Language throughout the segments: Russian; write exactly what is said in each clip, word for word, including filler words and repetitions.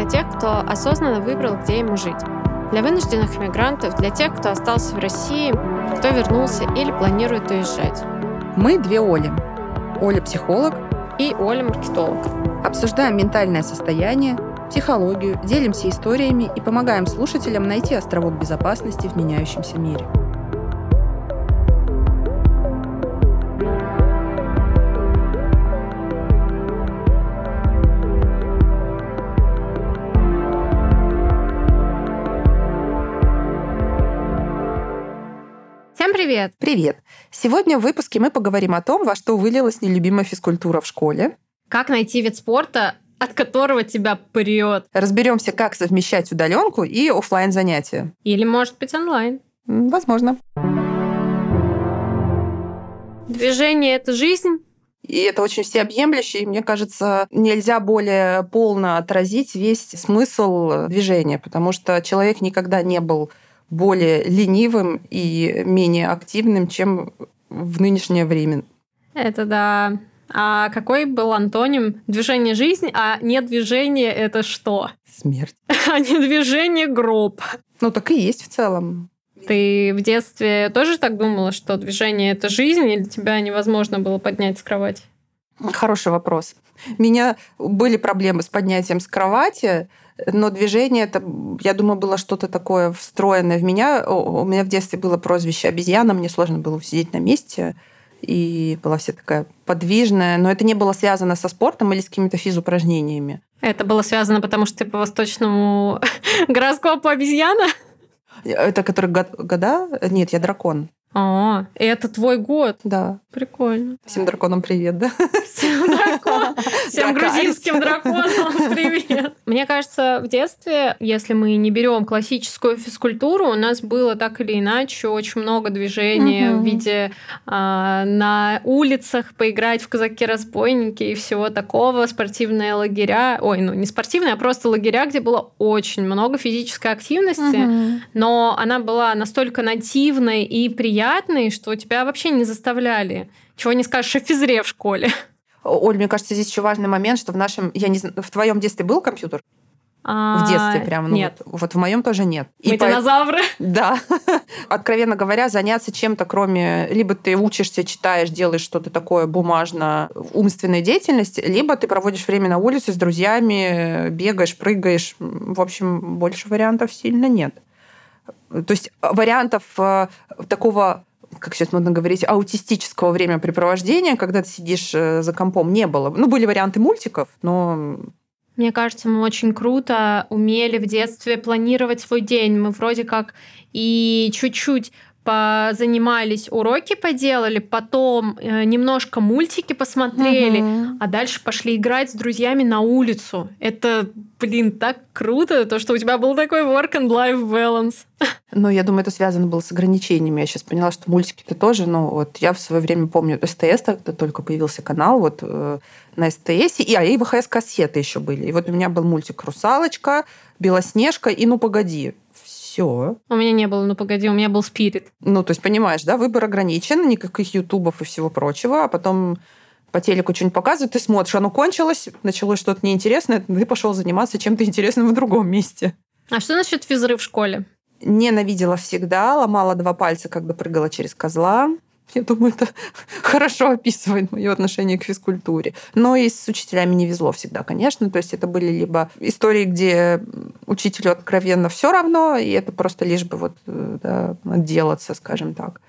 тех, кто осознанно выбрал, где ему жить. Для вынужденных мигрантов, для тех, кто остался в России, кто вернулся или планирует уезжать. Мы две Оли. Оля – психолог. И Оля – маркетолог. Обсуждаем ментальное состояние, психологию, делимся историями и помогаем слушателям найти островок безопасности в меняющемся мире. Всем привет! Привет! Сегодня в выпуске мы поговорим о том, во что вылилась нелюбимая физкультура в школе. Как найти вид спорта, от которого тебя прет. Разберемся, как совмещать удаленку и офлайн занятия. Или, может быть, онлайн. Возможно. Движение — это жизнь. И это очень всеобъемлюще, и, мне кажется, нельзя более полно отразить весь смысл движения, потому что человек никогда не был более ленивым и менее активным, чем в нынешнее время. Это да. А какой был антоним? Движение — жизнь, а не движение — это что? Смерть. А не движение — гроб. Ну, так и есть в целом. Ты в детстве тоже так думала, что движение — это жизнь, или тебя невозможно было поднять с кровати? Хороший вопрос. У меня были проблемы с поднятием с кровати, но движение, это, я думаю, было что-то такое встроенное в меня. У меня в детстве было прозвище «обезьяна», мне сложно было усидеть на месте, и была вся такая подвижная. Но это не было связано со спортом или с какими-то физупражнениями. Это было связано, потому что ты по восточному гороскопу обезьяна? Это который год, года? Нет, я дракон. А, это твой год? Да. Прикольно. Всем драконам привет, да? Всем драконам. Всем грузинским драконам привет. Мне кажется, в детстве, если мы не берем классическую физкультуру, у нас было так или иначе очень много движения в виде а, на улицах поиграть в казаки-разбойники и всего такого, спортивные лагеря, ой, ну не спортивные, а просто лагеря, где было очень много физической активности, но она была настолько нативной и приятной, что тебя вообще не заставляли. Чего не скажешь о физре в школе. Оль, мне кажется, здесь еще важный момент, что в нашем... Я не знаю, в твоем детстве был компьютер? А, в детстве прям? Ну, нет. Вот, вот в моем тоже нет. Мы И динозавры. По... Да. Откровенно говоря, заняться чем-то, кроме... Либо ты учишься, читаешь, делаешь что-то такое бумажно-умственной деятельности, либо ты проводишь время на улице с друзьями, бегаешь, прыгаешь. В общем, больше вариантов сильно нет. То есть вариантов э, такого, как сейчас модно говорить, аутистического времяпрепровождения, когда ты сидишь за компом, не было. Ну, были варианты мультиков, но... Мне кажется, мы очень круто умели в детстве планировать свой день. Мы вроде как и чуть-чуть позанимались, уроки поделали, потом немножко мультики посмотрели, угу. а дальше пошли играть с друзьями на улицу. Это, блин, так круто, то, что у тебя был такой work and life balance. Ну, я думаю, это связано было с ограничениями. Я сейчас поняла, что мультики-то тоже, ну, вот я в свое время помню СТС, тогда только появился канал, вот э, на СТС, и, а, и ВХС-кассеты еще были. И вот у меня был мультик «Русалочка», «Белоснежка» и «Ну, погоди». Все. У меня не было, ну погоди, у меня был Спирит. Ну, то есть, понимаешь, да, выбор ограничен, никаких ютубов и всего прочего, а потом по телеку что-нибудь показывают, ты смотришь, оно кончилось, началось что-то неинтересное, ты пошел заниматься чем-то интересным в другом месте. А что насчет физры в школе? Ненавидела всегда, ломала два пальца, когда прыгала через козла. Я думаю, это хорошо описывает мое отношение к физкультуре. Но и с учителями не везло всегда, конечно. То есть это были либо истории, где учителю откровенно все равно, и это просто лишь бы вот, да, отделаться, скажем так.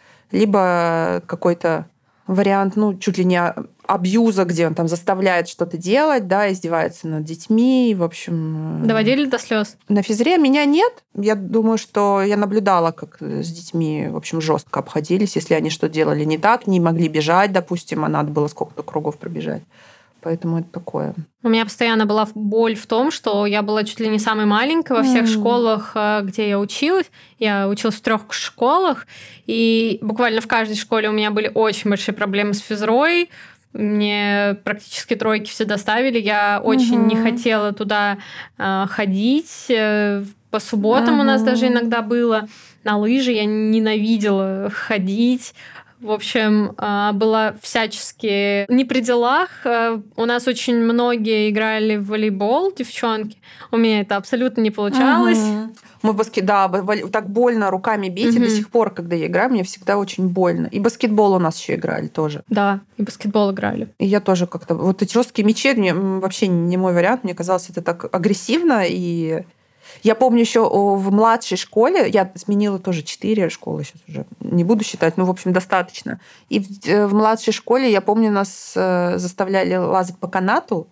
Либо какой-то вариант, ну, чуть ли не абьюза, где он там заставляет что-то делать, да, издевается над детьми, в общем... Доводили до слез? На физре меня нет. Я думаю, что я наблюдала, как с детьми, в общем, жестко обходились, если они что делали не так, не могли бежать, допустим, а надо было сколько-то кругов пробежать. Поэтому это такое. У меня постоянно была боль в том, что я была чуть ли не самой маленькой во всех mm. школах, где я училась. Я училась в трех школах, и буквально в каждой школе у меня были очень большие проблемы с физрой. Мне практически тройки всегда ставили. Я очень mm-hmm. не хотела туда ходить. По субботам mm-hmm. у нас даже иногда было. На лыжи я ненавидела ходить. В общем, была всячески не при делах. У нас очень многие играли в волейбол, девчонки. У меня это абсолютно не получалось. Угу. Мы в баскет... Да, так больно руками бить. Угу. И до сих пор, когда я играю, мне всегда очень больно. И баскетбол у нас еще играли тоже. Да, и баскетбол играли. И я тоже как-то... Вот эти жесткие мячи мне вообще не мой вариант. Мне казалось, это так агрессивно. И я помню еще в младшей школе, я сменила тоже четыре школы, сейчас уже не буду считать, ну, в общем, достаточно. И в, в младшей школе, я помню, нас заставляли лазать по канату.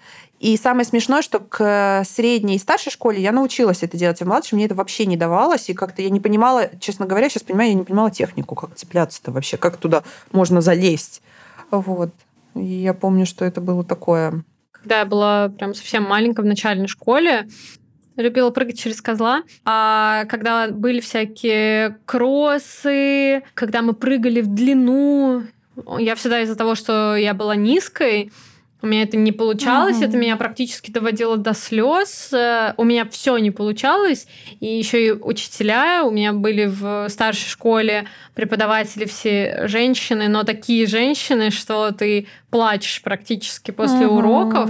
И самое смешное, что к средней и старшей школе я научилась это делать, а в младшей мне это вообще не давалось. И как-то я не понимала, честно говоря, сейчас понимаю, я не понимала технику, как цепляться-то вообще, как туда можно залезть. Вот. И я помню, что это было такое... Когда я была прям совсем маленькая в начальной школе, любила прыгать через козла. А когда были всякие кроссы, когда мы прыгали в длину, я всегда из-за того, что я была низкой, у меня это не получалось, mm-hmm. это меня практически доводило до слез. У меня все не получалось. И еще и учителя. У меня были в старшей школе преподаватели все женщины, но такие женщины, что ты плачешь практически после mm-hmm. уроков.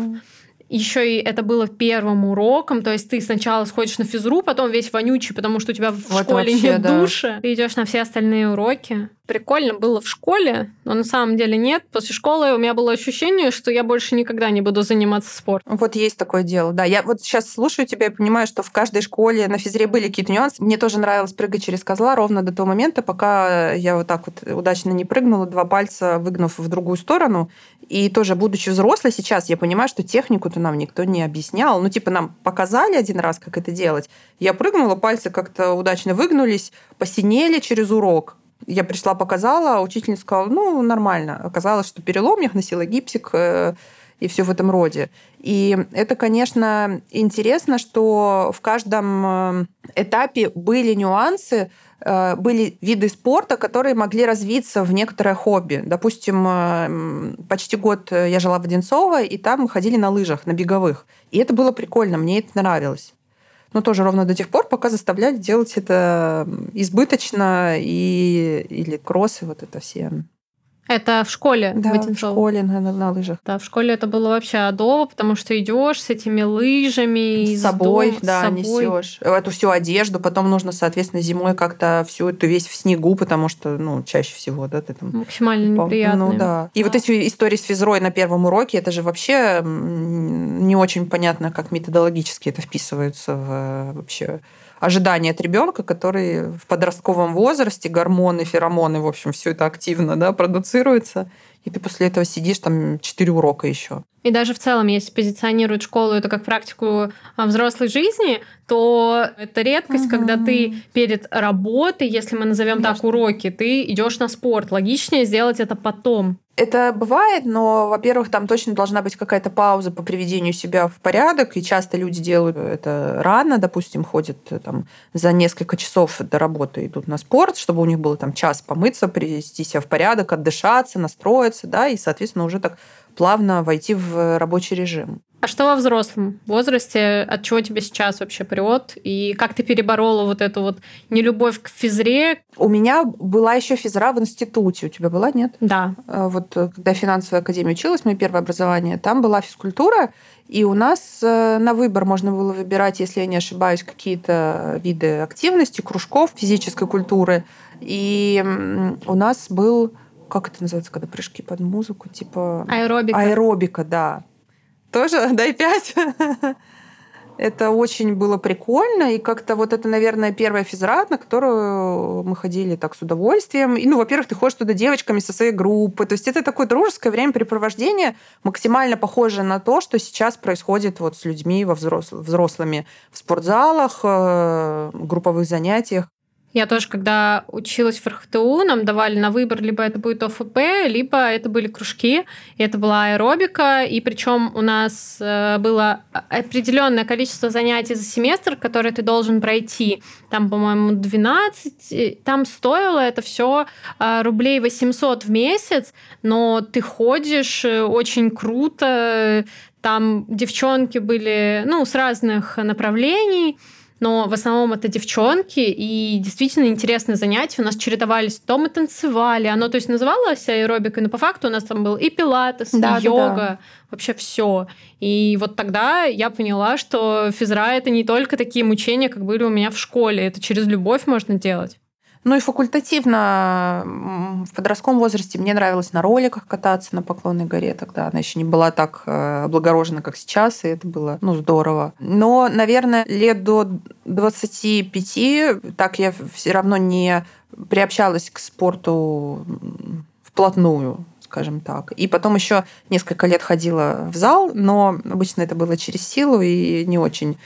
Еще и это было первым уроком, то есть ты сначала сходишь на физру, потом весь вонючий, потому что у тебя в вот школе вообще, нет да. душа. Ты идешь на все остальные уроки. Прикольно было в школе, но на самом деле нет. После школы у меня было ощущение, что я больше никогда не буду заниматься спортом. Вот есть такое дело, да. Я вот сейчас слушаю тебя и понимаю, что в каждой школе на физре были какие-то нюансы. Мне тоже нравилось прыгать через козла ровно до того момента, пока я вот так вот удачно не прыгнула, два пальца выгнув в другую сторону. И тоже, будучи взрослой, сейчас я понимаю, что технику-то нам никто не объяснял. Ну, типа, нам показали один раз, как это делать. Я прыгнула, пальцы как-то удачно выгнулись, посинели через урок. Я пришла, показала, а учительница сказала, ну, нормально. Оказалось, что перелом, я носила гипсик и все в этом роде. И это, конечно, интересно, что в каждом этапе были нюансы, были виды спорта, которые могли развиться в некоторое хобби. Допустим, почти год я жила в Одинцово, и там мы ходили на лыжах, на беговых. И это было прикольно, мне это нравилось. Но тоже ровно до тех пор, пока заставляли делать это избыточно, и, или кроссы, вот это все. Это в школе? Да, в, в школе на, на, на лыжах. Да, в школе это было вообще адово, потому что идешь с этими лыжами. С собой, дома, да, с собой. несешь эту всю одежду, потом нужно, соответственно, зимой как-то всю эту весь в снегу, потому что, ну, чаще всего, да, ты там... Максимально неприятно. Ну, да. И да. вот эти истории с физрой на первом уроке, это же вообще не очень понятно, как методологически это вписывается в вообще... ожидания от ребенка, который в подростковом возрасте, гормоны, феромоны, в общем, все это активно, да, продуцируется, и ты после этого сидишь там четыре урока еще. И даже в целом, если позиционируют школу это как практику взрослой жизни, то это редкость, угу. когда ты перед работой, если мы назовем так уроки, ты идешь на спорт. Логичнее сделать это потом. Это бывает, но, во-первых, там точно должна быть какая-то пауза по приведению себя в порядок, и часто люди делают это рано, допустим, ходят там за несколько часов до работы, идут на спорт, чтобы у них было там час помыться, привести себя в порядок, отдышаться, настроиться, да, и, соответственно, уже так плавно войти в рабочий режим. А что во взрослом возрасте? От чего тебе сейчас вообще прет? И как ты переборола вот эту вот нелюбовь к физре? У меня была еще физра в институте. У тебя была, нет? Да. Вот когда я в финансовой академии училась, мое первое образование, там была физкультура, и у нас на выбор можно было выбирать, если я не ошибаюсь, какие-то виды активности, кружков физической культуры. И у нас был, как это называется, когда прыжки под музыку, типа... Аэробика. Аэробика, да. Тоже дай пять. Это очень было прикольно, и как-то вот это, наверное, первая физра, на которую мы ходили так с удовольствием. И, ну, во-первых, ты ходишь туда девочками со своей группы, то есть это такое дружеское времяпрепровождение, максимально похожее на то, что сейчас происходит вот с людьми, во взрос- взрослыми в спортзалах, э- групповых занятиях. Я тоже, когда училась в эр ха тэ у, нам давали на выбор, либо это будет о эф пэ, либо это были кружки, и это была аэробика, и причем у нас было определенное количество занятий за семестр, которые ты должен пройти. Там, по-моему, двенадцать, там стоило это все рублей восемьсот в месяц, но ты ходишь очень круто, там девчонки были, ну, с разных направлений. но в основном это девчонки, и действительно интересные занятия. У нас чередовались, то мы танцевали, оно, то есть, называлось аэробикой, но по факту у нас там был и пилатес, Да, и да, йога, да. вообще все. И вот тогда я поняла, что физра — это не только такие мучения, как были у меня в школе, это через любовь можно делать. Ну и факультативно в подростковом возрасте мне нравилось на роликах кататься на Поклонной горе. Тогда она еще не была так облагорожена, как сейчас, и это было, ну, здорово. Но, наверное, лет до двадцати пяти так я все равно не приобщалась к спорту вплотную, скажем так. И потом еще несколько лет ходила в зал, но обычно это было через силу и не очень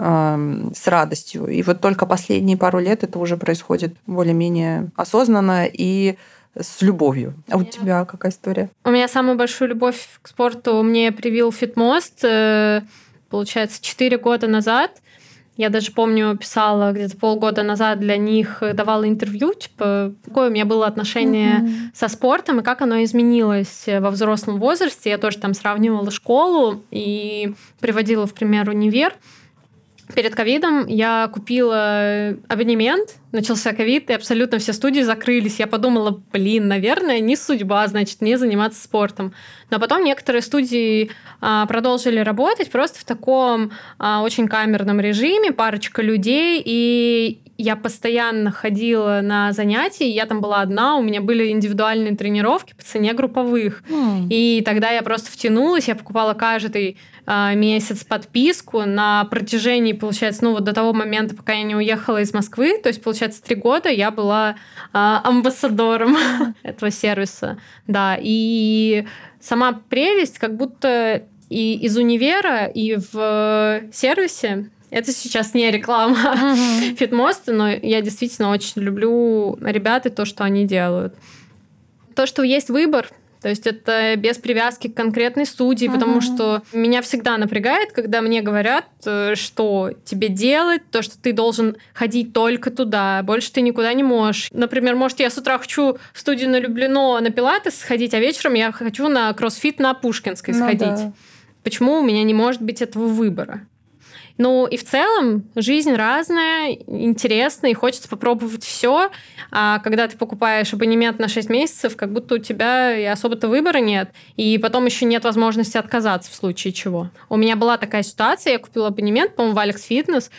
с радостью. И вот только последние пару лет это уже происходит более-менее осознанно и с любовью. А у тебя какая история? У меня самую большую любовь к спорту мне привил Фитмост, получается, четыре года назад. Я даже помню, писала где-то полгода назад для них, давала интервью, типа, какое у меня было отношение mm-hmm. со спортом и как оно изменилось во взрослом возрасте. Я тоже там сравнивала школу и приводила в пример универ. Перед ковидом я купила абонемент, начался ковид, и абсолютно все студии закрылись. Я подумала, блин, наверное, не судьба, значит, мне заниматься спортом. Но потом некоторые студии а, продолжили работать просто в таком а, очень камерном режиме, парочка людей, и я постоянно ходила на занятия, я там была одна, у меня были индивидуальные тренировки по цене групповых. Mm. И тогда я просто втянулась, я покупала каждый а, месяц подписку на протяжении, получается, ну вот до того момента, пока я не уехала из Москвы, то есть, получается, три года я была а, амбассадором этого сервиса. Да, и сама прелесть, как будто и из универа, и в сервисе. Это сейчас не реклама uh-huh. Фитмоста, но я действительно очень люблю ребят и то, что они делают. То, что есть выбор, то есть это без привязки к конкретной студии, uh-huh. потому что меня всегда напрягает, когда мне говорят, что тебе делать, то, что ты должен ходить только туда, больше ты никуда не можешь. Например, может, я с утра хочу в студию на Люблино на пилатес сходить, а вечером я хочу на кроссфит на Пушкинской ну, сходить. Да. Почему у меня не может быть этого выбора? Ну и в целом жизнь разная, интересная, и хочется попробовать все. А когда ты покупаешь абонемент на шесть месяцев, как будто у тебя и особо-то выбора нет. И потом еще нет возможности отказаться в случае чего. У меня была такая ситуация, я купила абонемент, по-моему, в Алекс Фитнес.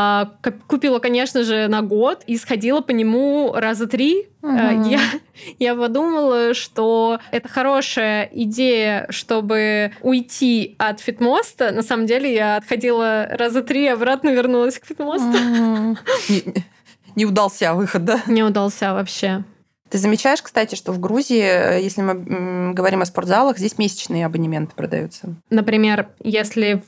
Купила, конечно же, на год и сходила по нему раза три. Uh-huh. Я, я подумала, что это хорошая идея, чтобы уйти от Фитмоста. На самом деле я отходила раза три, обратно вернулась к Фитмосту. Uh-huh. Не, не удался выход, да? Не удался вообще. Ты замечаешь, кстати, что в Грузии, если мы говорим о спортзалах, здесь месячные абонементы продаются? Например, если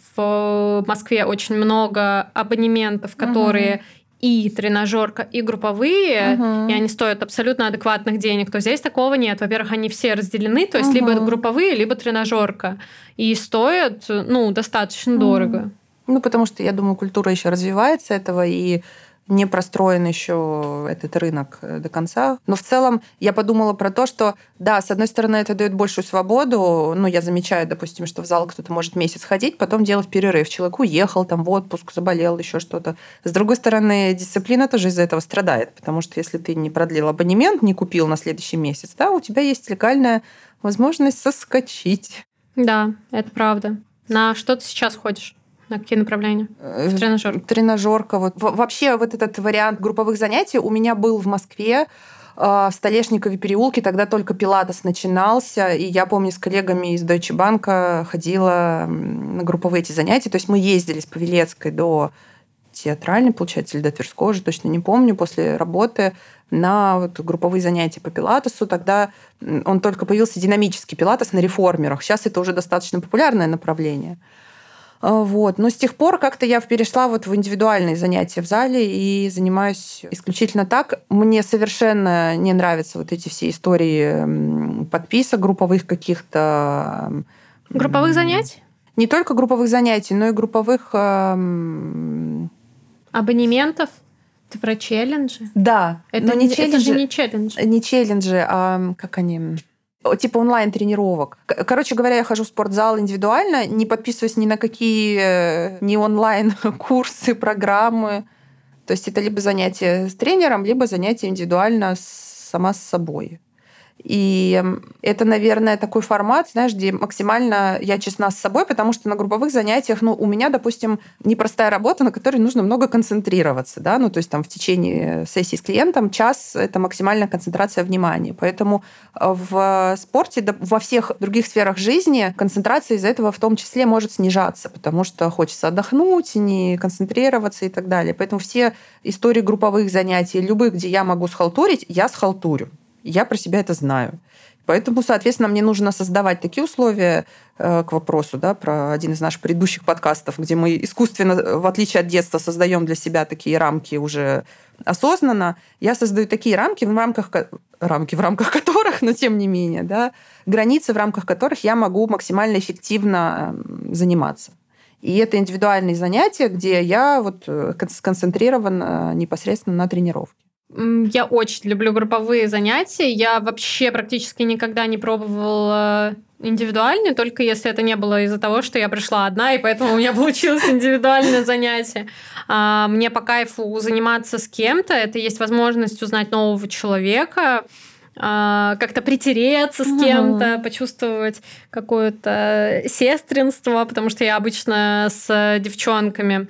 в Москве очень много абонементов, которые... Uh-huh. и тренажерка, и групповые, uh-huh. и они стоят абсолютно адекватных денег, то здесь такого нет. Во-первых, они все разделены, то есть uh-huh. либо групповые, либо тренажерка. И стоят, ну, достаточно uh-huh. дорого. Ну, потому что, я думаю, культура еще развивается этого, и не простроен еще этот рынок до конца. Но в целом я подумала про то, что, да, с одной стороны, это дает большую свободу. Ну, я замечаю, допустим, что в зал кто-то может месяц ходить, потом делать перерыв. Человек уехал там в отпуск, заболел, еще что-то. С другой стороны, дисциплина тоже из-за этого страдает, потому что если ты не продлил абонемент, не купил на следующий месяц, да, у тебя есть легальная возможность соскочить. Да, это правда. На что ты сейчас ходишь? На какие направления? В тренажерку? Тренажерка. Вот. Вообще вот этот вариант групповых занятий у меня был в Москве, в Столешникове переулке. Тогда только пилатес начинался. И я помню, с коллегами из Deutsche Bank ходила на групповые эти занятия. То есть мы ездили с Павелецкой до Театральной, получается, или до Тверской, уже точно не помню, после работы на вот групповые занятия по пилатесу. Тогда он только появился, динамический пилатес на реформерах. Сейчас это уже достаточно популярное направление. Вот. Но с тех пор как-то я перешла вот в индивидуальные занятия в зале и занимаюсь исключительно так. Мне совершенно не нравятся вот эти все истории подписок групповых каких-то. Групповых занятий? Не только групповых занятий, но и групповых... Эм... Абонементов? Ты про челленджи? Да. Это, но не это челленджи, же не челленджи. Не челленджи, а как они... типа онлайн-тренировок. Короче говоря, я хожу в спортзал индивидуально, не подписываюсь ни на какие ни онлайн-курсы, программы. То есть это либо занятие с тренером, либо занятие индивидуально сама с собой. И это, наверное, такой формат, знаешь, где максимально я честна с собой, потому что на групповых занятиях, ну, у меня, допустим, непростая работа, на которой нужно много концентрироваться, да, ну, то есть там в течение сессии с клиентом час — это максимальная концентрация внимания. Поэтому в спорте, да, во всех других сферах жизни концентрация из-за этого в том числе может снижаться, потому что хочется отдохнуть, не концентрироваться и так далее. Поэтому все истории групповых занятий, любых, где я могу схалтурить, я схалтурю. Я про себя это знаю. Поэтому, соответственно, мне нужно создавать такие условия э, к вопросу, да, про один из наших предыдущих подкастов, где мы искусственно, в отличие от детства, создаем для себя такие рамки уже осознанно. Я создаю такие рамки, в рамках, рамки, в рамках которых, но тем не менее, да, границы, в рамках которых я могу максимально эффективно заниматься. И это индивидуальные занятия, где я вот сконцентрирована непосредственно на тренировке. Я очень люблю групповые занятия. Я вообще практически никогда не пробовала индивидуальные, только если это не было из-за того, что я пришла одна, и поэтому у меня получилось индивидуальное занятие. Мне по кайфу заниматься с кем-то. Это есть возможность узнать нового человека, как-то притереться с кем-то, угу. почувствовать какое-то сестринство, потому что я обычно с девчонками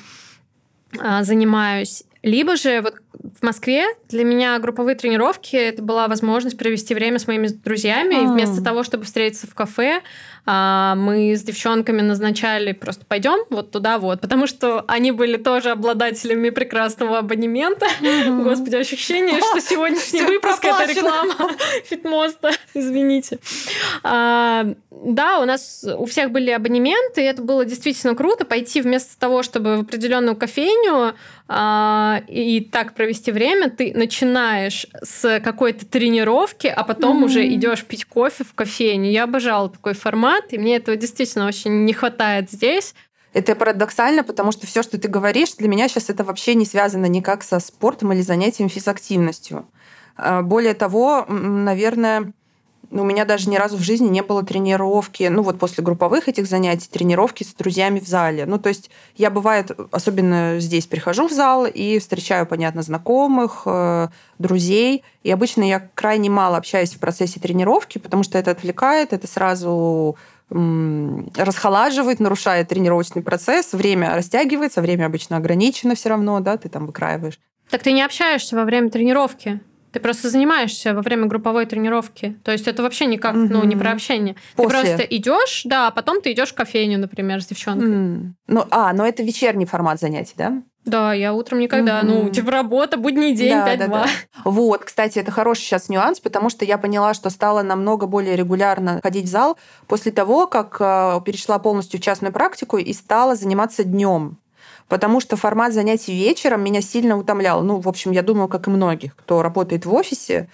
занимаюсь. Либо же вот в Москве для меня групповые тренировки — это была возможность провести время с моими друзьями. Mm. И вместо того, чтобы встретиться в кафе, мы с девчонками назначали просто пойдем вот туда вот, потому что они были тоже обладателями прекрасного абонемента. Mm-hmm. Господи, ощущение, что сегодняшний выпуск — это реклама Фитмоста. Извините. Да, у нас у всех были абонементы, и это было действительно круто пойти вместо того, чтобы в определенную кофейню и так провести время, ты начинаешь с какой-то тренировки, а потом mm-hmm. уже идешь пить кофе в кофейню. Я обожала такой формат, и мне этого действительно очень не хватает здесь. Это парадоксально, потому что все, что ты говоришь, для меня сейчас это вообще не связано никак со спортом или занятием физактивностью. Более того, наверное, у меня даже ни разу в жизни не было тренировки, ну вот после групповых этих занятий, тренировки с друзьями в зале. Ну то есть я, бывает, особенно здесь прихожу в зал и встречаю, понятно, знакомых, друзей. И обычно я крайне мало общаюсь в процессе тренировки, потому что это отвлекает, это сразу расхолаживает, нарушает тренировочный процесс, время растягивается, время обычно ограничено все равно, да, ты там выкраиваешь. Так ты не общаешься во время тренировки? Ты просто занимаешься во время групповой тренировки. То есть это вообще никак, mm-hmm. ну, не про общение. После. Ты просто идешь, да, а потом ты идешь в кофейню, например, с девчонкой. Mm. Ну, а, но это вечерний формат занятий, да? Да, я утром никогда. Mm-hmm. Ну, типа работа, будний день, да, пять-два. Да, да. Вот, кстати, это хороший сейчас нюанс, потому что я поняла, что стала намного более регулярно ходить в зал после того, как перешла полностью в частную практику и стала заниматься днем. Потому что формат занятий вечером меня сильно утомлял. Ну, в общем, я думаю, как и многих, кто работает в офисе.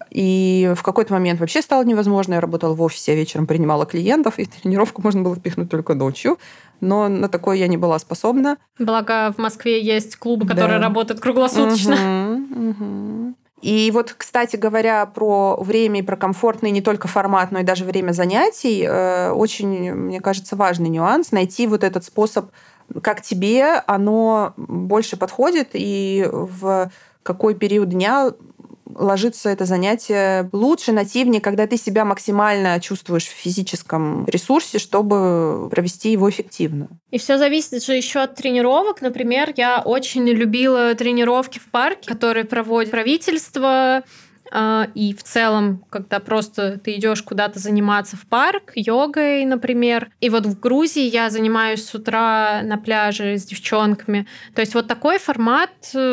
И в какой-то момент вообще стало невозможно. Я работала в офисе, я вечером принимала клиентов, и тренировку можно было впихнуть только ночью. Но на такое я не была способна. Благо в Москве есть клубы, которые да. работают круглосуточно. Угу, угу. И вот, кстати говоря, про время и про комфортный не только формат, но и даже время занятий, очень, мне кажется, важный нюанс — найти вот этот способ, как тебе оно больше подходит и в какой период дня ложится это занятие лучше, нативнее, когда ты себя максимально чувствуешь в физическом ресурсе, чтобы провести его эффективно. И все зависит же еще от тренировок. Например, я очень любила тренировки в парке, которые проводит правительство. И в целом, когда просто ты идешь куда-то заниматься в парк, йогой, например. И вот в Грузии я занимаюсь с утра на пляже с девчонками. То есть вот такой формат,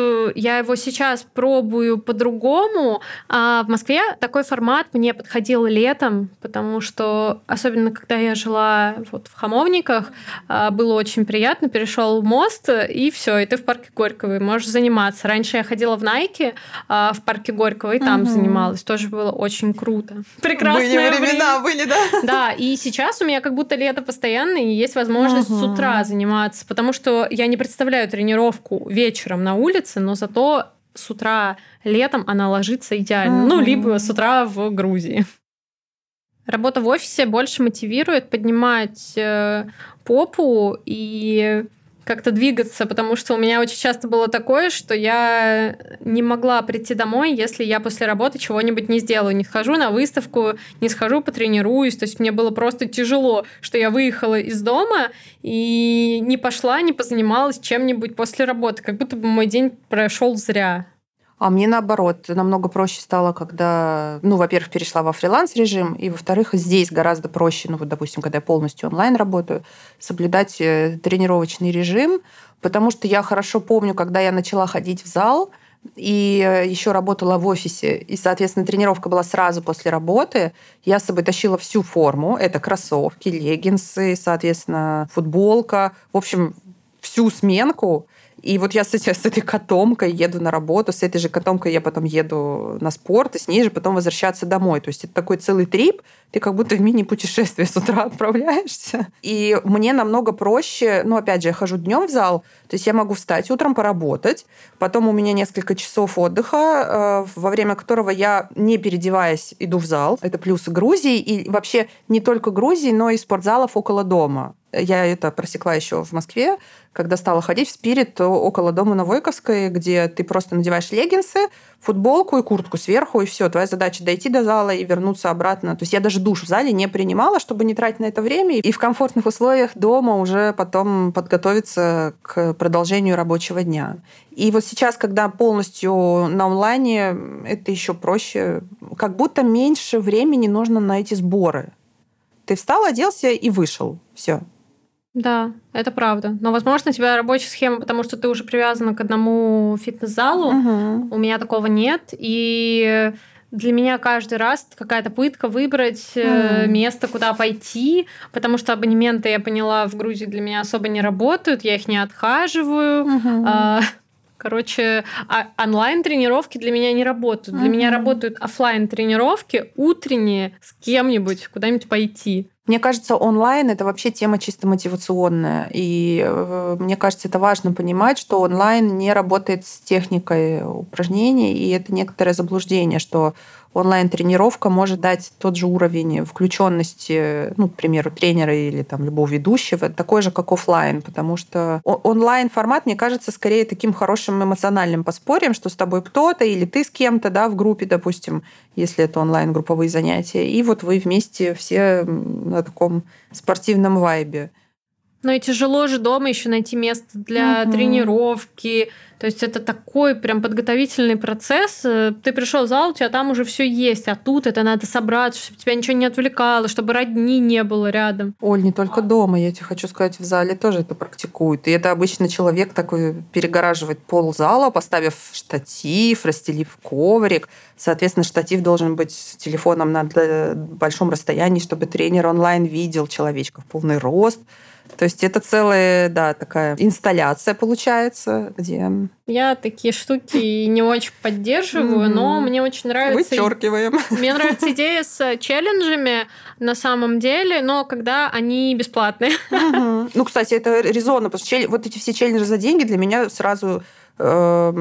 я его сейчас пробую по-другому. А в Москве такой формат мне подходил летом, потому что, особенно когда я жила вот в Хамовниках, было очень приятно. Перешел мост, и все, и ты в парке Горького можешь заниматься. Раньше я ходила в Найке в парке Горького, и там занималась. Тоже было очень круто. Прекрасное были времена, время. были, да? Да, и сейчас у меня как будто лето постоянно, и есть возможность uh-huh. с утра заниматься, потому что я не представляю тренировку вечером на улице, но зато с утра летом она ложится идеально. Uh-huh. Ну, либо с утра в Грузии. Работа в офисе больше мотивирует поднимать э, попу и как-то двигаться, потому что у меня очень часто было такое, что я не могла прийти домой, если я после работы чего-нибудь не сделаю. Не схожу на выставку, не схожу потренируюсь. То есть мне было просто тяжело, что я выехала из дома и не пошла, не позанималась чем-нибудь после работы. Как будто бы мой день прошел зря. А мне наоборот, намного проще стало, когда, ну, во-первых, перешла во фриланс-режим, и, во-вторых, здесь гораздо проще, ну, вот, допустим, когда я полностью онлайн работаю, соблюдать тренировочный режим, потому что я хорошо помню, когда я начала ходить в зал, и еще работала в офисе, и, соответственно, тренировка была сразу после работы, я с собой тащила всю форму, это кроссовки, леггинсы, соответственно, футболка, в общем, всю сменку. И вот я с, этой, с этой котомкой еду на работу, с этой же котомкой я потом еду на спорт, и с ней же потом возвращаться домой. То есть это такой целый трип, ты как будто в мини-путешествие с утра отправляешься. И мне намного проще, ну, опять же, я хожу днем в зал, то есть я могу встать утром, поработать, потом у меня несколько часов отдыха, во время которого я, не переодеваясь, иду в зал. Это плюсы Грузии, и вообще не только Грузии, но и спортзалов около дома. Я это просекла еще в Москве, когда стала ходить в Спирит около дома на Войковской, где ты просто надеваешь леггинсы, футболку и куртку сверху, и все. Твоя задача дойти до зала и вернуться обратно. То есть я даже душ в зале не принимала, чтобы не тратить на это время, и в комфортных условиях дома уже потом подготовиться к продолжению рабочего дня. И вот сейчас, когда полностью на онлайне, это еще проще. Как будто меньше времени нужно на эти сборы. Ты встал, оделся и вышел. Все. Да, это правда. Но, возможно, у тебя рабочая схема, потому что ты уже привязана к одному фитнес-залу. Угу. У меня такого нет. И для меня каждый раз какая-то пытка выбрать mm. место, куда пойти, потому что абонементы, я поняла, в Грузии для меня особо не работают, я их не отхаживаю. Uh-huh. Короче, а онлайн-тренировки для меня не работают. Uh-huh. Для меня работают офлайн-тренировки утренние с кем-нибудь, куда-нибудь пойти. Мне кажется, онлайн – это вообще тема чисто мотивационная. И э, мне кажется, это важно понимать, что онлайн не работает с техникой упражнений, и это некоторое заблуждение, что онлайн-тренировка может дать тот же уровень включенности, ну, к примеру, тренера или там, любого ведущего, такой же, как офлайн, потому что онлайн-формат, мне кажется, скорее таким хорошим эмоциональным подспорьем, что с тобой кто-то или ты с кем-то, да, в группе, допустим, если это онлайн-групповые занятия, и вот вы вместе все на таком спортивном вайбе. Но и тяжело же дома еще найти место для угу. тренировки. То есть это такой прям подготовительный процесс. Ты пришел в зал, у тебя там уже все есть, а тут это надо собраться, чтобы тебя ничего не отвлекало, чтобы родни не было рядом. Оль, не только дома, я тебе хочу сказать, в зале тоже это практикуют. И это обычно человек такой перегораживает пол зала, поставив штатив, расстелив коврик. Соответственно, штатив должен быть с телефоном на большом расстоянии, чтобы тренер онлайн видел человечка в полный рост. То есть это целая, да, такая инсталляция получается, где... Я такие штуки не очень поддерживаю, mm-hmm. но мне очень нравится... Вычеркиваем. Мне нравится идея с челленджами на самом деле, но когда они бесплатные. Mm-hmm. Ну, кстати, это резонно, потому что вот эти все челленджи за деньги для меня сразу э,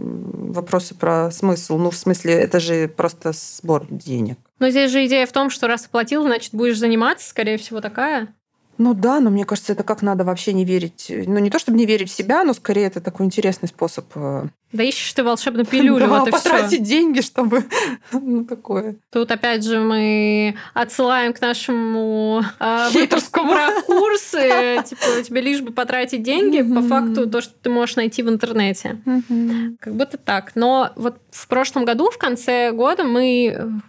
вопросы про смысл. Ну, в смысле, это же просто сбор денег. Но здесь же идея в том, что раз оплатил, значит, будешь заниматься, скорее всего, такая. Ну да, но мне кажется, это как надо вообще не верить. Ну, не то, чтобы не верить в себя, но скорее это такой интересный способ. Да ищешь ты волшебную пилюлю, да, вот и потратить всё. деньги, чтобы... ну, такое. Тут, опять же, мы отсылаем к нашему э, выпуску про курсы. Типа, тебе лишь бы потратить деньги, по факту то, что ты можешь найти в интернете. Как будто так. Но вот в прошлом году, в конце года, мы...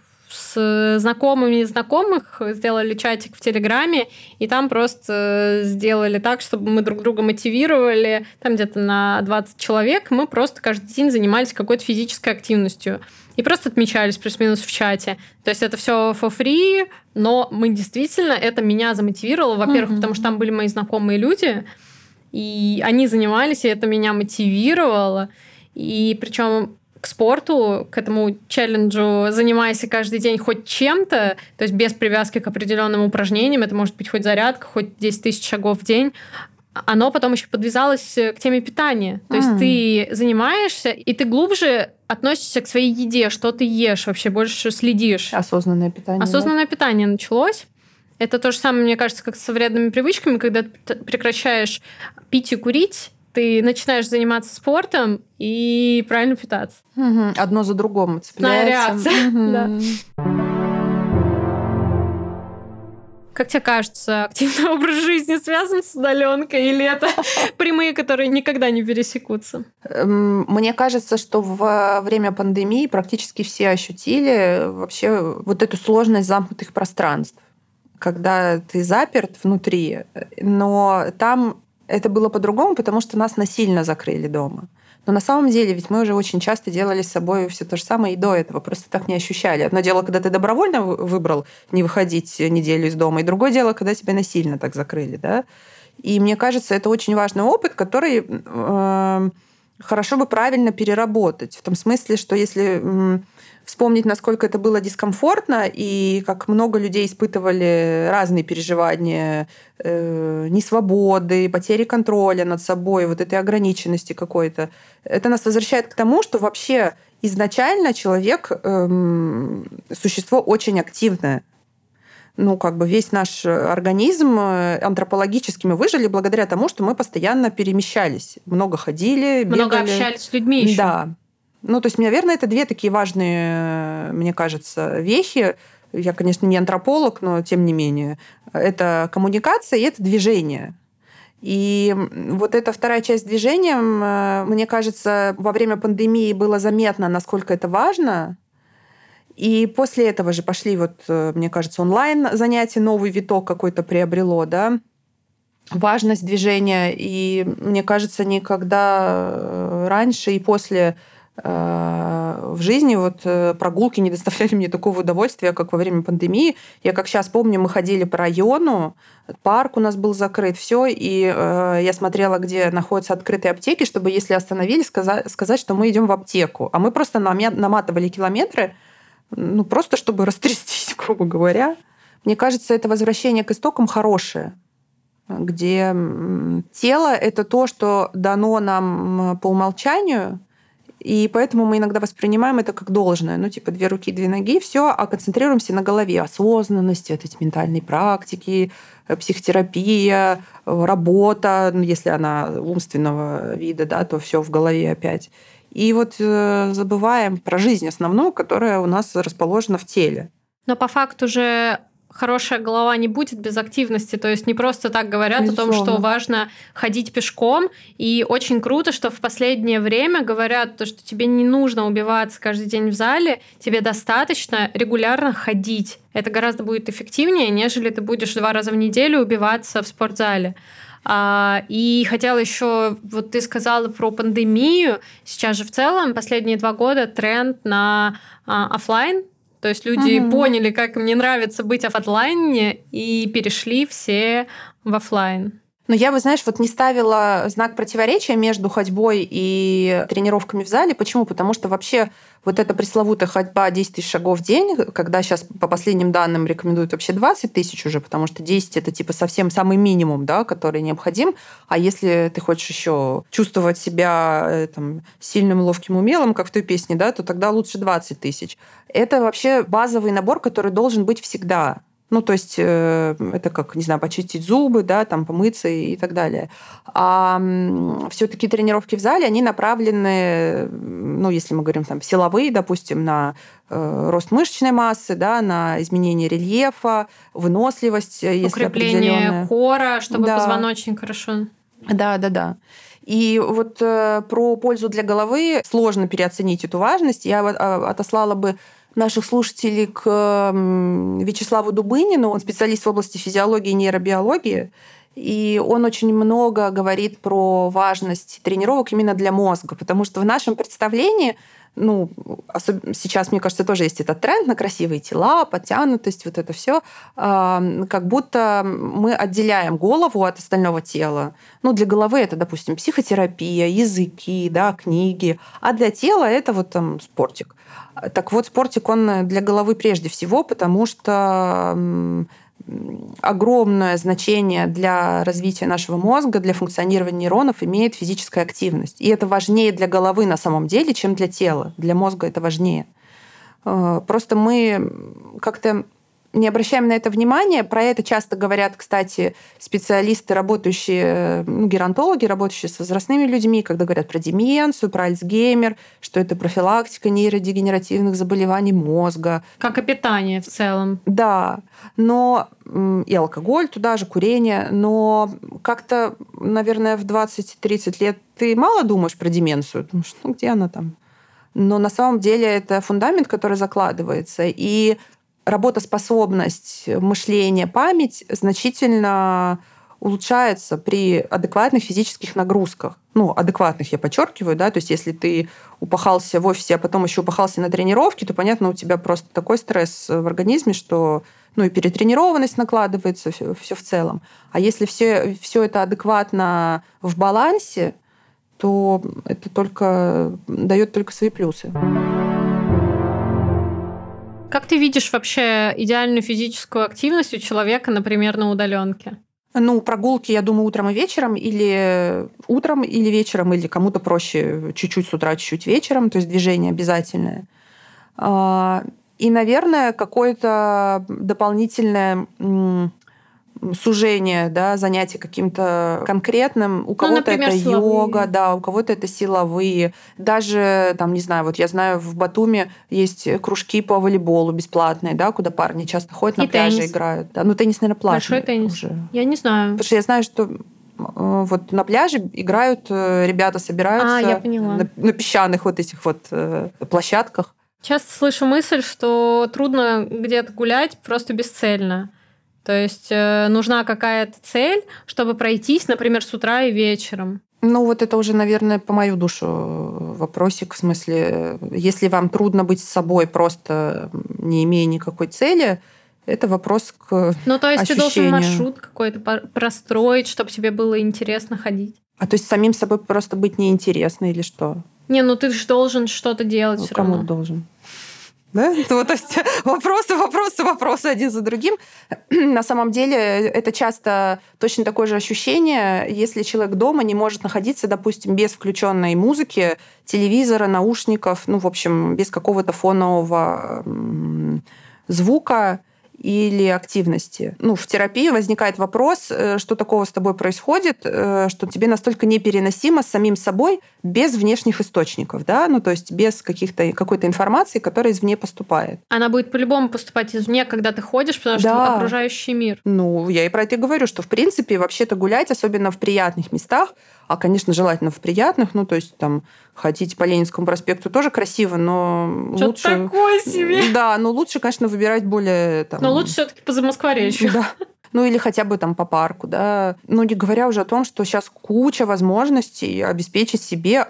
с знакомыми знакомых сделали чатик в Телеграме, и там просто сделали так, чтобы мы друг друга мотивировали. Там где-то на двадцать человек мы просто каждый день занимались какой-то физической активностью. И просто отмечались плюс-минус в чате. То есть это все for free, но мы действительно, это меня замотивировало. Во-первых, mm-hmm. потому что там были мои знакомые люди, и они занимались, и это меня мотивировало. И причем к спорту, к этому челленджу занимайся каждый день хоть чем-то, то есть без привязки к определенным упражнениям, это может быть хоть зарядка, хоть десять тысяч шагов в день, оно потом еще подвязалось к теме питания. То есть mm. ты занимаешься, и ты глубже относишься к своей еде, что ты ешь, вообще больше следишь. Осознанное питание. Осознанное да? питание началось. Это то же самое, мне кажется, как со вредными привычками, когда ты прекращаешь пить и курить, ты начинаешь заниматься спортом и правильно питаться. Угу. Одно за другим цепляется. Реакция. Угу. Да. Как тебе кажется, активный образ жизни связан с удаленкой, или это прямые, которые никогда не пересекутся? Мне кажется, что во время пандемии практически все ощутили вообще вот эту сложность замкнутых пространств, когда ты заперт внутри, но там это было по-другому, потому что нас насильно закрыли дома. Но на самом деле ведь мы уже очень часто делали с собой все то же самое и до этого, просто так не ощущали. Одно дело, когда ты добровольно выбрал не выходить неделю из дома, и другое дело, когда тебя насильно так закрыли. Да? И мне кажется, это очень важный опыт, который э, хорошо бы правильно переработать. В том смысле, что если э, вспомнить, насколько это было дискомфортно, и как много людей испытывали разные переживания, э, несвободы, потери контроля над собой, вот этой ограниченности какой-то, это нас возвращает к тому, что вообще изначально человек э, существо очень активное. Ну, как бы весь наш организм антропологически мы выжили благодаря тому, что мы постоянно перемещались, много ходили, бегали. Много общались с людьми еще. Да. Ну, то есть, наверное, это две такие важные, мне кажется, вещи. Я, конечно, не антрополог, но тем не менее. Это коммуникация и это движение. И вот эта вторая часть движения, мне кажется, во время пандемии было заметно, насколько это важно. И после этого же пошли, вот, мне кажется, онлайн-занятия, новый виток какой-то приобрело, да, важность движения. И, мне кажется, никогда раньше и после в жизни вот прогулки не доставляли мне такого удовольствия, как во время пандемии. Я как сейчас помню, мы ходили по району, парк у нас был закрыт, все, и я смотрела, где находятся открытые аптеки, чтобы, если остановились, сказать, сказать, что мы идем в аптеку. А мы просто наматывали километры, ну, просто чтобы растрястись, грубо говоря. Мне кажется, это возвращение к истокам хорошее, где тело – это то, что дано нам по умолчанию, и поэтому мы иногда воспринимаем это как должное. Ну, типа, две руки, две ноги, все, а концентрируемся на голове. Осознанности, вот эти ментальные практики, психотерапия, работа, ну, если она умственного вида, да, то все в голове опять. И вот забываем про жизнь основную, которая у нас расположена в теле. Но по факту же хорошая голова не будет без активности. То есть не просто так говорят Безусловно. О том, что важно ходить пешком. И очень круто, что в последнее время говорят, то, что тебе не нужно убиваться каждый день в зале, тебе достаточно регулярно ходить. Это гораздо будет эффективнее, нежели ты будешь два раза в неделю убиваться в спортзале. И хотела еще, вот ты сказала про пандемию. Сейчас же в целом последние два года тренд на офлайн. То есть люди угу. поняли, как им не нравится быть в офлайне, и перешли все в офлайн. Но я бы, знаешь, вот не ставила знак противоречия между ходьбой и тренировками в зале. Почему? Потому что вообще вот эта пресловутая ходьба десять тысяч шагов в день, когда сейчас по последним данным рекомендуют вообще двадцать тысяч уже, потому что десять это типа совсем самый минимум, да, который необходим. А если ты хочешь еще чувствовать себя там, сильным, ловким, умелым, как в той песне, да, то тогда лучше двадцать тысяч. Это вообще базовый набор, который должен быть всегда. Ну, то есть э, это как, не знаю, почистить зубы, да, там, помыться и, и так далее. А м, все-таки тренировки в зале, они направлены, ну, если мы говорим там силовые, допустим, на э, рост мышечной массы, да, на изменение рельефа, выносливость, если укрепление кора, чтобы да. позвоночник хорошо. Да, да, да. И вот э, про пользу для головы сложно переоценить эту важность. Я отослала бы наших слушателей к Вячеславу Дубынину. Он специалист в области физиологии и нейробиологии. И он очень много говорит про важность тренировок именно для мозга. Потому что в нашем представлении, ну, особенно сейчас, мне кажется, тоже есть этот тренд на красивые тела, подтянутость, вот это все, как будто мы отделяем голову от остального тела. Ну, для головы это, допустим, психотерапия, языки, да, книги, а для тела это вот там спортик. Так вот, спортик, он для головы прежде всего, потому что огромное значение для развития нашего мозга, для функционирования нейронов имеет физическая активность. И это важнее для головы на самом деле, чем для тела. Для мозга это важнее. Просто мы как-то не обращаем на это внимания. Про это часто говорят, кстати, специалисты, работающие, ну, геронтологи, работающие с возрастными людьми, когда говорят про деменцию, про Альцгеймер, что это профилактика нейродегенеративных заболеваний мозга. Как и питание в целом. Да, но и алкоголь туда же, курение. Но как-то, наверное, в двадцать-тридцать лет ты мало думаешь про деменцию. Думаешь, ну где она там? Но на самом деле это фундамент, который закладывается. И работоспособность мышления, память значительно улучшается при адекватных физических нагрузках. Ну, адекватных, я подчеркиваю, да, то есть если ты упахался в офисе, а потом еще упахался на тренировке, то, понятно, у тебя просто такой стресс в организме, что, ну, и перетренированность накладывается, все, все в целом. А если все, все это адекватно в балансе, то это только дает только свои плюсы. Как ты видишь вообще идеальную физическую активность у человека, например, на удаленке? Ну, прогулки, я думаю, утром и вечером, или утром, или вечером, или кому-то проще чуть-чуть с утра, чуть-чуть вечером, то есть движение обязательное. И, наверное, какое-то дополнительное сужение, да, занятие каким-то конкретным. У кого-то ну, например, это силовые. Йога, да, у кого-то это силовые. Даже, там, не знаю, вот я знаю, в Батуми есть кружки по волейболу бесплатные, да, куда парни часто ходят, на и пляже теннис. Играют. Да. Ну, теннис, наверное, платный. Большой теннис. Уже. Я не знаю. Потому что я знаю, что вот на пляже играют, ребята собираются а, я поняла. На, на песчаных вот этих вот площадках. Часто слышу мысль, что трудно где-то гулять просто бесцельно. То есть э, нужна какая-то цель, чтобы пройтись, например, с утра и вечером. Ну, вот это уже, наверное, по мою душу вопросик. В смысле, если вам трудно быть с собой, просто не имея никакой цели, это вопрос к Ну, то есть ощущению. Ты должен маршрут какой-то простроить, чтобы тебе было интересно ходить. А то есть самим собой просто быть неинтересно или что? Не, ну ты же должен что-то делать ну, все кому равно. должен? Да? То есть вопросы, вопросы, вопросы один за другим. На самом деле это часто точно такое же ощущение, если человек дома не может находиться, допустим, без включенной музыки, телевизора, наушников, ну, в общем, без какого-то фонового звука или активности. Ну, в терапии возникает вопрос, что такого с тобой происходит, что тебе настолько непереносимо с самим собой без внешних источников, да, ну, то есть без каких-то, какой-то информации, которая извне поступает. Она будет по-любому поступать извне, когда ты ходишь, потому что да. окружающий мир. Ну, я и про это и говорю, что, в принципе, вообще-то гулять, особенно в приятных местах, а, конечно, желательно в приятных, ну, то есть там ходить по Ленинскому проспекту тоже красиво, но что-то лучше... такое себе! Да, но лучше, конечно, выбирать более... Там... Но лучше все-таки по Замоскворечью. Да. Ну, или хотя бы там по парку, да. Ну, не говоря уже о том, что сейчас куча возможностей обеспечить себе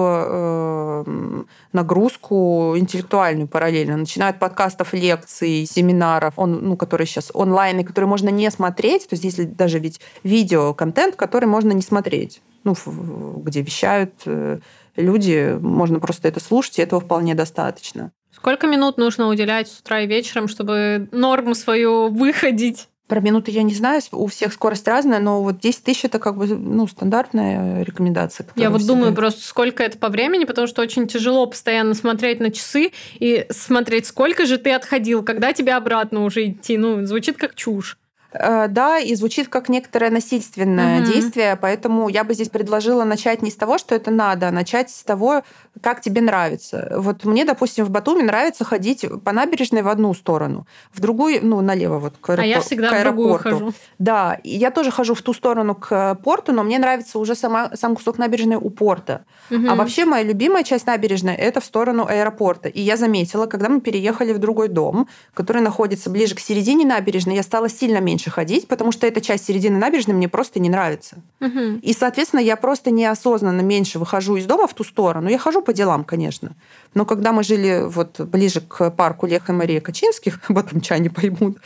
аудио э, нагрузку интеллектуальную параллельно. Начиная от подкастов, лекций, семинаров, он, ну, которые сейчас онлайн, и которые можно не смотреть. То есть если даже ведь видеоконтент, который можно не смотреть. Ну, где вещают люди, можно просто это слушать, и этого вполне достаточно. Сколько минут нужно уделять с утра и вечером, чтобы норму свою выходить? Про минуты я не знаю, у всех скорость разная, но вот десять тысяч это как бы ну, стандартная рекомендация. Я вот думаю просто, сколько это по времени, потому что очень тяжело постоянно смотреть на часы и смотреть, сколько же ты отходил, когда тебе обратно уже идти. Ну, звучит как чушь. Да, и звучит как некоторое насильственное uh-huh. действие, поэтому я бы здесь предложила начать не с того, что это надо, а начать с того, как тебе нравится. Вот мне, допустим, в Батуми нравится ходить по набережной в одну сторону, в другую, ну, налево, вот к, аэропор- а я всегда к аэропорту. В другую хожу. Да, и я тоже хожу в ту сторону к порту, но мне нравится уже сама, сам кусок набережной у порта. Uh-huh. А вообще моя любимая часть набережной – это в сторону аэропорта. И я заметила, когда мы переехали в другой дом, который находится ближе к середине набережной, я стала сильно меньше ходить, потому что эта часть середины набережной мне просто не нравится. Uh-huh. И, соответственно, я просто неосознанно меньше выхожу из дома в ту сторону. Я хожу по делам, конечно. Но когда мы жили вот ближе к парку Леха и Марии Качинских, батумчане поймут,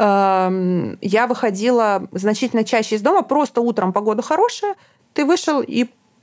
я выходила значительно чаще из дома. Просто утром погода хорошая, ты вышел и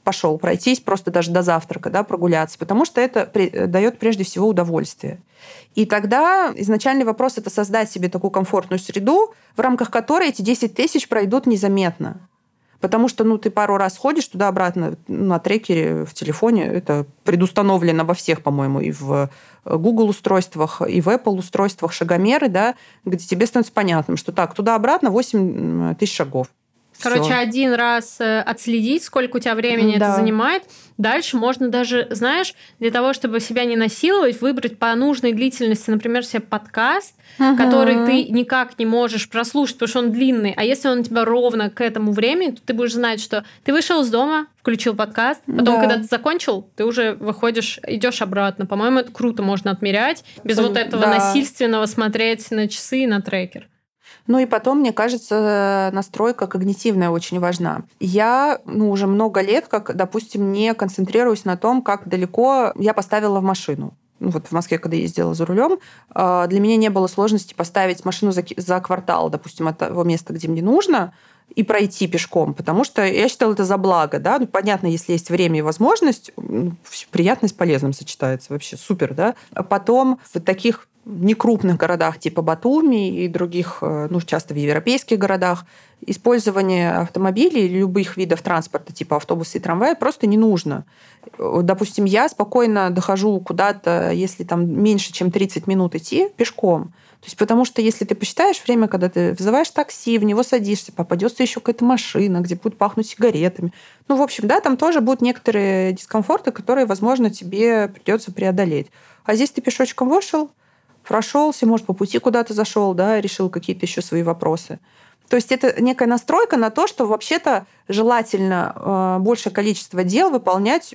пошел пройтись просто даже до завтрака, да, прогуляться, потому что это дает прежде всего удовольствие. И тогда изначальный вопрос – это создать себе такую комфортную среду, в рамках которой эти десять тысяч пройдут незаметно. Потому что ну, ты пару раз ходишь туда-обратно на трекере в телефоне. Это предустановлено во всех, по-моему, и в Google-устройствах, и в Apple-устройствах шагомеры, да, где тебе становится понятным, что так, туда-обратно восемь тысяч шагов. Короче, Всё. один раз отследить, сколько у тебя времени Да. это занимает. Дальше можно даже, знаешь, для того, чтобы себя не насиловать, выбрать по нужной длительности, например, себе подкаст, Угу. который ты никак не можешь прослушать, потому что он длинный. А если он у тебя ровно к этому времени, то ты будешь знать, что ты вышел из дома, включил подкаст, потом, Да. когда ты закончил, ты уже выходишь, идешь обратно. По-моему, это круто можно отмерять, без вот этого Да. насильственного смотреть на часы и на трекер. Ну и потом, мне кажется, настройка когнитивная очень важна. Я ну, уже много лет, как, допустим, не концентрируюсь на том, как далеко я поставила в машину. Ну, вот в Москве, когда ездила за рулем, для меня не было сложности поставить машину за, за квартал, допустим, от того места, где мне нужно, и пройти пешком, потому что я считала это за благо. Да? Ну, понятно, если есть время и возможность, приятно с полезным сочетается. Вообще супер. Да? А потом в таких некрупных городах типа Батуми и других, ну, часто в европейских городах, использование автомобилей или любых видов транспорта, типа автобуса и трамвая, просто не нужно. Допустим, я спокойно дохожу куда-то, если там меньше, чем тридцать минут идти, пешком. То есть, потому что если ты посчитаешь время, когда ты вызываешь такси, в него садишься, попадется еще какая-то машина, где будет пахнуть сигаретами. Ну, в общем, да, там тоже будут некоторые дискомфорты, которые, возможно, тебе придется преодолеть. А здесь ты пешочком вышел, прошелся, может, по пути куда-то зашел, да, решил какие-то еще свои вопросы. То есть это некая настройка на то, что вообще-то желательно э, большее количество дел выполнять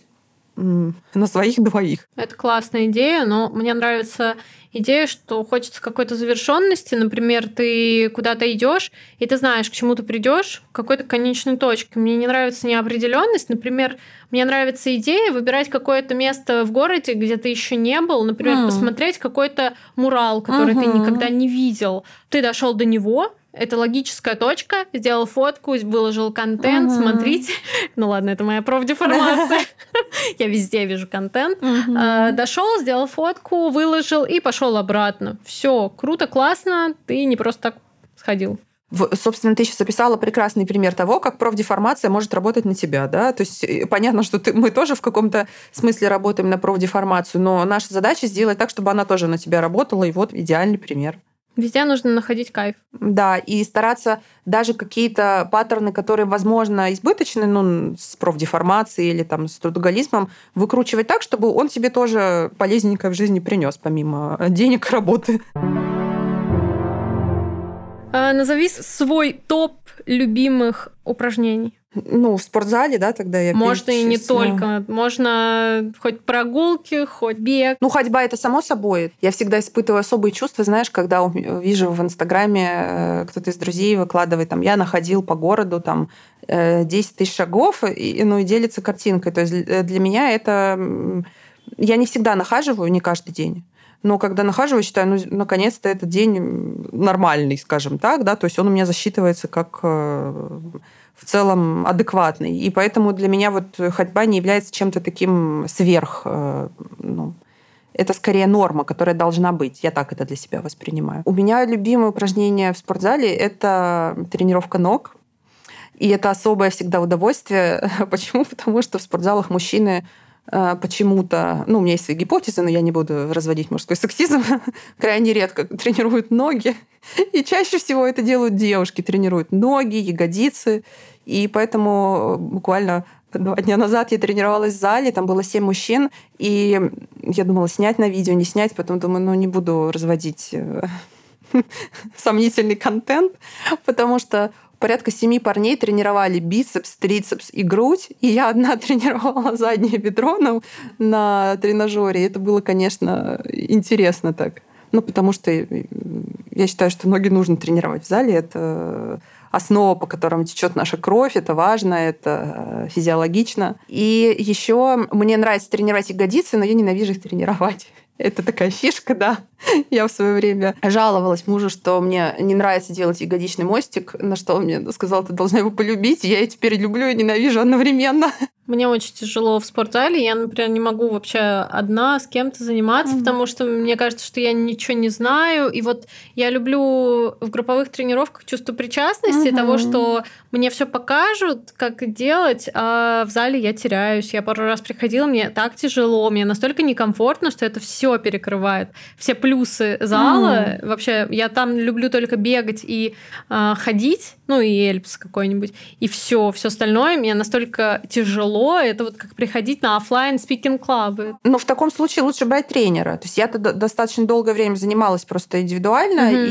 м, на своих двоих. Это классная идея, но мне нравится идея, что хочется какой-то завершенности. Например, ты куда-то идешь, и ты знаешь, к чему ты придешь, к какой-то конечной точке. Мне не нравится неопределенность. Например, мне нравится идея выбирать какое-то место в городе, где ты еще не был. Например, mm. посмотреть какой-то мурал, который uh-huh. ты никогда не видел. Ты дошел до него. Это логическая точка. Сделал фотку, выложил контент. Uh-huh. Смотрите. Ну ладно, это моя профдеформация. Я везде вижу контент. Дошел, сделал фотку, выложил и пошел обратно. Все круто, классно. Ты не просто так сходил. Собственно, ты сейчас описала прекрасный пример того, как профдеформация может работать на тебя. Да? То есть понятно, что ты, мы тоже в каком-то смысле работаем на профдеформацию, но наша задача сделать так, чтобы она тоже на тебя работала. И вот идеальный пример. Везде нужно находить кайф. Да, и стараться даже какие-то паттерны, которые, возможно, избыточны, ну, с профдеформацией или там, с трудоголизмом, выкручивать так, чтобы он тебе тоже полезненько в жизни принес, помимо денег, работы. А, назови свой топ любимых упражнений. Ну, в спортзале, да, тогда я Можно и не только. Можно хоть прогулки, хоть бег. Ну, ходьба – это само собой. Я всегда испытываю особые чувства, знаешь, когда вижу в Инстаграме кто-то из друзей выкладывает, там, я находил по городу там десять тысяч шагов, и, ну, и делится картинкой. То есть для меня это... Я не всегда нахаживаю, не каждый день. Но когда нахаживаю, считаю, ну, наконец-то этот день нормальный, скажем так, да, то есть он у меня засчитывается как в целом адекватный. И поэтому для меня вот ходьба не является чем-то таким сверх... Ну, это скорее норма, которая должна быть. Я так это для себя воспринимаю. У меня любимое упражнение в спортзале – это тренировка ног. И это особое всегда удовольствие. Почему? Потому что в спортзалах мужчины почему-то, ну, у меня есть свои гипотезы, но я не буду разводить мужской сексизм, крайне редко тренируют ноги. И чаще всего это делают девушки, тренируют ноги, ягодицы. И поэтому буквально два дня назад я тренировалась в зале, там было семь мужчин, и я думала, снять на видео, не снять, потом думаю, ну, не буду разводить сомнительный контент, потому что порядка семи парней тренировали бицепс, трицепс и грудь, и я одна тренировала заднее бедро на, на тренажере. Это было, конечно, интересно так. Ну, потому что я считаю, что ноги нужно тренировать в зале. Это основа, по которой течет наша кровь, это важно, это физиологично. И еще мне нравится тренировать ягодицы, но я ненавижу их тренировать. Это такая фишка, да. Я в свое время жаловалась мужу, что мне не нравится делать ягодичный мостик, на что он мне сказал, ты должна его полюбить. Я и теперь люблю и ненавижу одновременно. Мне очень тяжело в спортзале. Я, например, не могу вообще одна с кем-то заниматься, mm-hmm. потому что мне кажется, что я ничего не знаю. И вот я люблю в групповых тренировках чувство причастности, mm-hmm. того, что мне все покажут, как делать, а в зале я теряюсь. Я пару раз приходила, мне так тяжело, мне настолько некомфортно, что это все перекрывает. Все плюсы зала. Mm-hmm. Вообще, я там люблю только бегать и э, ходить, ну и эльпс какой-нибудь. И все, все остальное мне настолько тяжело. Это вот как приходить на офлайн спикинг-клабы. Ну, в таком случае лучше брать тренера. То есть я достаточно долгое время занималась просто индивидуально, mm-hmm.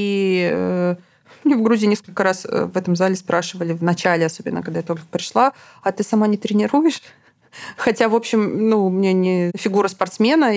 и э, мне в Грузии несколько раз в этом зале спрашивали, в начале особенно, когда я только пришла, а ты сама не тренируешь? Хотя, в общем, ну, у меня не фигура спортсмена,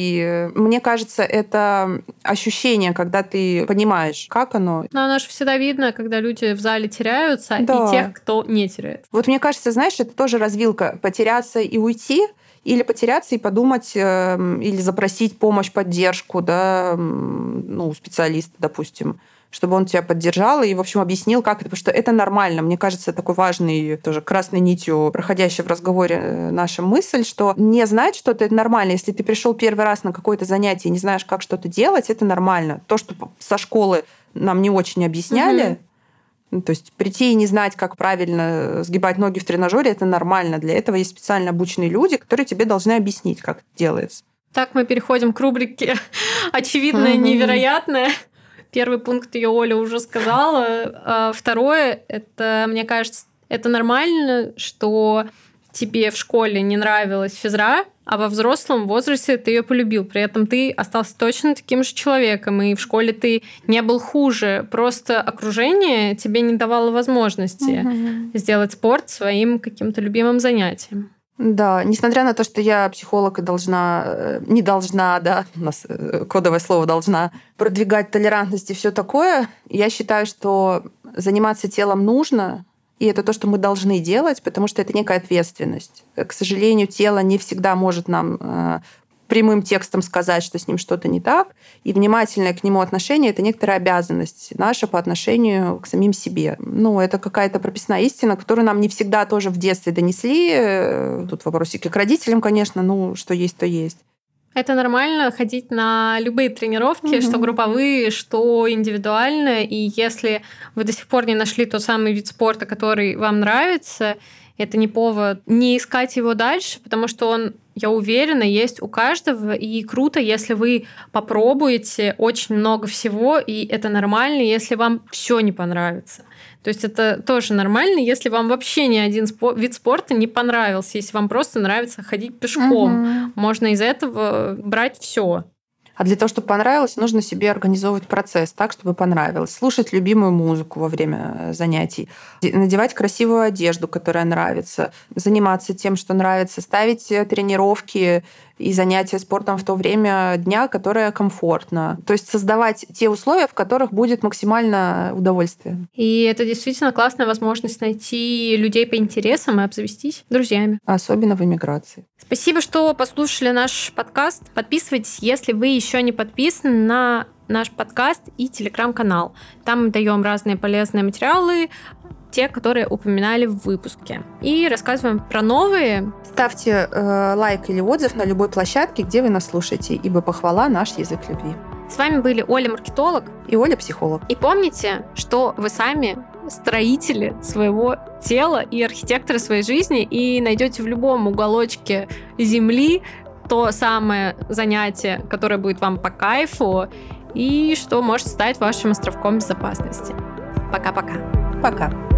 и мне кажется, это ощущение, когда ты понимаешь, как оно. Но оно же всегда видно, когда люди в зале теряются, да. и тех, кто не теряет. Вот мне кажется, знаешь, это тоже развилка. Потеряться и уйти, или потеряться и подумать, или запросить помощь, поддержку, да, ну, специалиста, допустим, чтобы он тебя поддержал и, в общем, объяснил, как это, потому что это нормально. Мне кажется, такой важный, тоже красной нитью, проходящая в разговоре наша мысль, что не знать что-то, это нормально. Если ты пришел первый раз на какое-то занятие и не знаешь, как что-то делать, это нормально. То, что со школы нам не очень объясняли, mm-hmm. то есть прийти и не знать, как правильно сгибать ноги в тренажере, это нормально. Для этого есть специально обученные люди, которые тебе должны объяснить, как это делается. Так мы переходим к рубрике «Очевидное, mm-hmm. невероятное». Первый пункт ее Оля уже сказала. А второе, это, мне кажется, это нормально, что тебе в школе не нравилась физра, а во взрослом возрасте ты ее полюбил. При этом ты остался точно таким же человеком, и в школе ты не был хуже. Просто окружение тебе не давало возможности угу. сделать спорт своим каким-то любимым занятием. Да, несмотря на то, что я психолог и должна, не должна, да, у нас кодовое слово должна продвигать толерантность и все такое, я считаю, что заниматься телом нужно, и это то, что мы должны делать, потому что это некая ответственность. К сожалению, тело не всегда может нам прямым текстом сказать, что с ним что-то не так, и внимательное к нему отношение — это некоторая обязанность наша по отношению к самим себе. Ну, это какая-то прописная истина, которую нам не всегда тоже в детстве донесли. Тут вопросики к родителям, конечно, ну, что есть, то есть. Это нормально ходить на любые тренировки, mm-hmm. что групповые, что индивидуальные, и если вы до сих пор не нашли тот самый вид спорта, который вам нравится, это не повод не искать его дальше, потому что он, я уверена, есть у каждого, и круто, если вы попробуете очень много всего, и это нормально, если вам все не понравится. То есть это тоже нормально, если вам вообще ни один спо- вид спорта не понравился, если вам просто нравится ходить пешком. Угу. Можно из этого брать все. А для того, чтобы понравилось, нужно себе организовывать процесс так, чтобы понравилось. Слушать любимую музыку во время занятий, надевать красивую одежду, которая нравится, заниматься тем, что нравится, ставить тренировки и занятия спортом в то время дня, которое комфортно. То есть создавать те условия, в которых будет максимально удовольствие. И это действительно классная возможность найти людей по интересам и обзавестись друзьями. Особенно в эмиграции. Спасибо, что послушали наш подкаст. Подписывайтесь, если вы еще не подписаны на наш подкаст и телеграм-канал. Там мы даем разные полезные материалы, те, которые упоминали в выпуске. И рассказываем про новые. Ставьте э, лайк или отзыв на любой площадке, где вы нас слушаете, ибо похвала — наш язык любви. С вами были Оля, маркетолог, и Оля, психолог. И помните, что вы сами строители своего тела и архитекторы своей жизни, и найдете в любом уголочке земли то самое занятие, которое будет вам по кайфу, и что может стать вашим островком безопасности. Пока-пока. Пока.